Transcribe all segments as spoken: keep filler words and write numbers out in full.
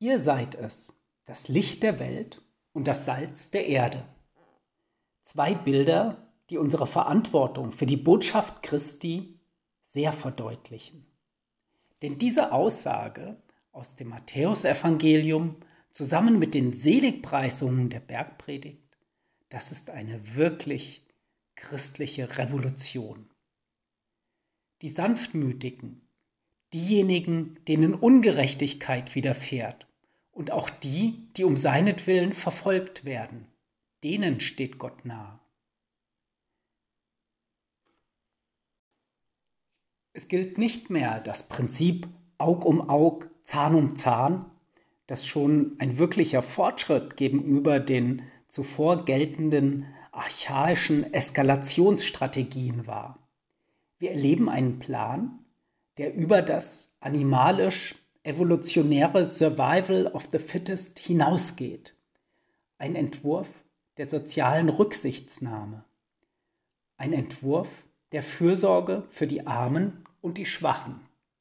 Ihr seid es, das Licht der Welt und das Salz der Erde. Zwei Bilder, die unsere Verantwortung für die Botschaft Christi sehr verdeutlichen. Denn diese Aussage aus dem Matthäusevangelium zusammen mit den Seligpreisungen der Bergpredigt, das ist eine wirklich christliche Revolution. Die Sanftmütigen, diejenigen, denen Ungerechtigkeit widerfährt und auch die, die um seinetwillen verfolgt werden, denen steht Gott nahe. Es gilt nicht mehr das Prinzip Aug um Aug, Zahn um Zahn, das schon ein wirklicher Fortschritt gegenüber den zuvor geltenden archaischen Eskalationsstrategien war. Wir erleben einen Plan, der über das animalisch-evolutionäre Survival of the Fittest hinausgeht. Ein Entwurf der sozialen Rücksichtsnahme. Ein Entwurf der Fürsorge für die Armen und die Schwachen.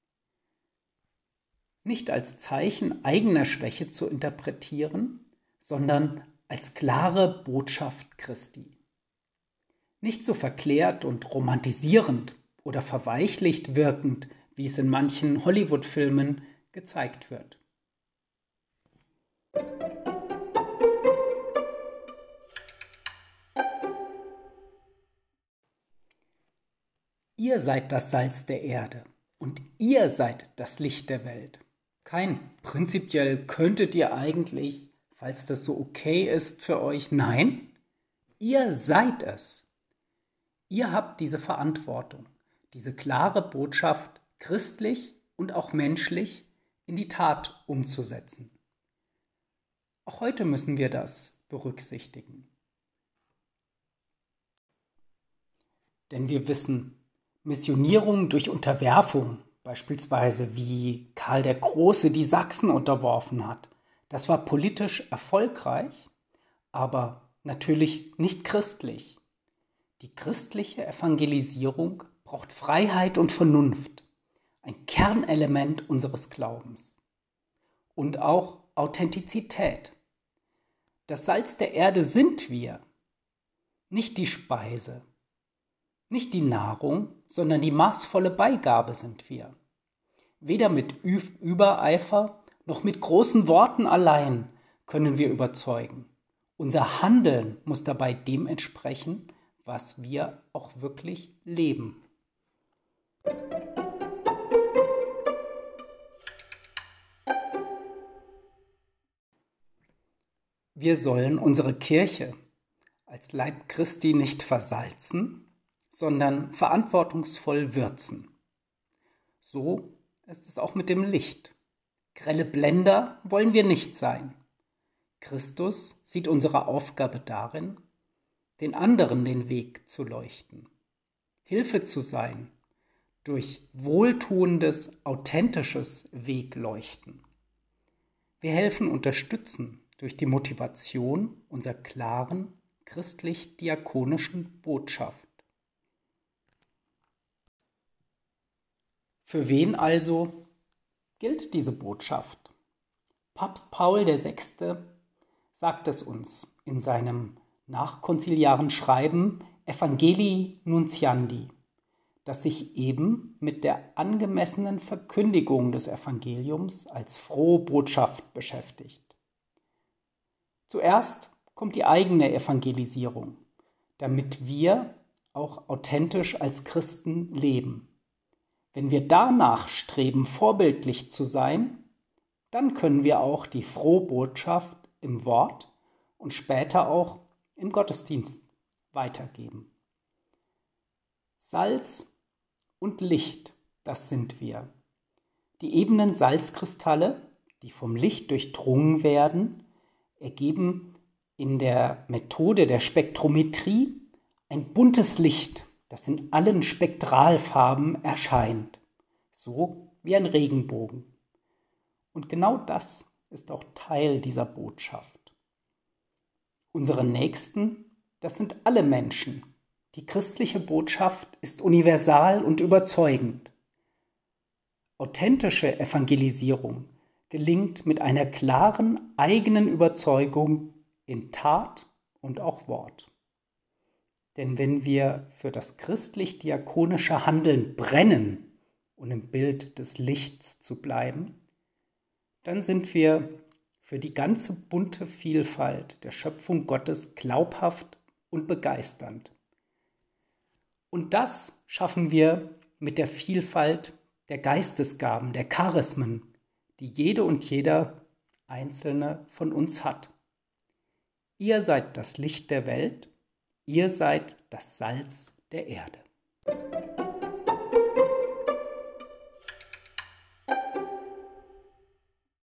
Nicht als Zeichen eigener Schwäche zu interpretieren, sondern als klare Botschaft Christi. Nicht so verklärt und romantisierend oder verweichlicht wirkend, wie es in manchen Hollywood-Filmen gezeigt wird. Ihr seid das Salz der Erde und ihr seid das Licht der Welt. Kein prinzipiell könntet ihr eigentlich, falls das so okay ist für euch. Nein, ihr seid es. Ihr habt diese Verantwortung, diese klare Botschaft christlich und auch menschlich in die Tat umzusetzen. Auch heute müssen wir das berücksichtigen. Denn wir wissen, Missionierung durch Unterwerfung, beispielsweise wie Karl der Große die Sachsen unterworfen hat, das war politisch erfolgreich, aber natürlich nicht christlich. Die christliche Evangelisierung braucht Freiheit und Vernunft, ein Kernelement unseres Glaubens. Und auch Authentizität. Das Salz der Erde sind wir, nicht die Speise, nicht die Nahrung, sondern die maßvolle Beigabe sind wir. Weder mit Übereifer noch mit großen Worten allein können wir überzeugen. Unser Handeln muss dabei dem entsprechen, was wir auch wirklich leben. Wir sollen unsere Kirche als Leib Christi nicht versalzen, sondern verantwortungsvoll würzen. So ist es auch mit dem Licht. Grelle Blender wollen wir nicht sein. Christus sieht unsere Aufgabe darin, den anderen den Weg zu leuchten, Hilfe zu sein, durch wohltuendes, authentisches Wegleuchten. Wir helfen, unterstützen durch die Motivation unserer klaren, christlich-diakonischen Botschaft. Für wen also gilt diese Botschaft? Papst Paul der Sechste sagt es uns in seinem nachkonziliaren Schreiben Evangelii Nuntiandi, das sich eben mit der angemessenen Verkündigung des Evangeliums als frohe Botschaft beschäftigt. Zuerst kommt die eigene Evangelisierung, damit wir auch authentisch als Christen leben. Wenn wir danach streben, vorbildlich zu sein, dann können wir auch die frohe Botschaft im Wort und später auch im Gottesdienst weitergeben. Salz und Licht, das sind wir. Die ebenen Salzkristalle, die vom Licht durchdrungen werden, ergeben in der Methode der Spektrometrie ein buntes Licht, das in allen Spektralfarben erscheint, so wie ein Regenbogen. Und genau das ist auch Teil dieser Botschaft. Unsere Nächsten, das sind alle Menschen. Die christliche Botschaft ist universal und überzeugend. Authentische Evangelisierung gelingt mit einer klaren eigenen Überzeugung in Tat und auch Wort. Denn wenn wir für das christlich-diakonische Handeln brennen, um im Bild des Lichts zu bleiben, dann sind wir für die ganze bunte Vielfalt der Schöpfung Gottes glaubhaft und begeisternd. Und das schaffen wir mit der Vielfalt der Geistesgaben, der Charismen, die jede und jeder Einzelne von uns hat. Ihr seid das Licht der Welt, ihr seid das Salz der Erde.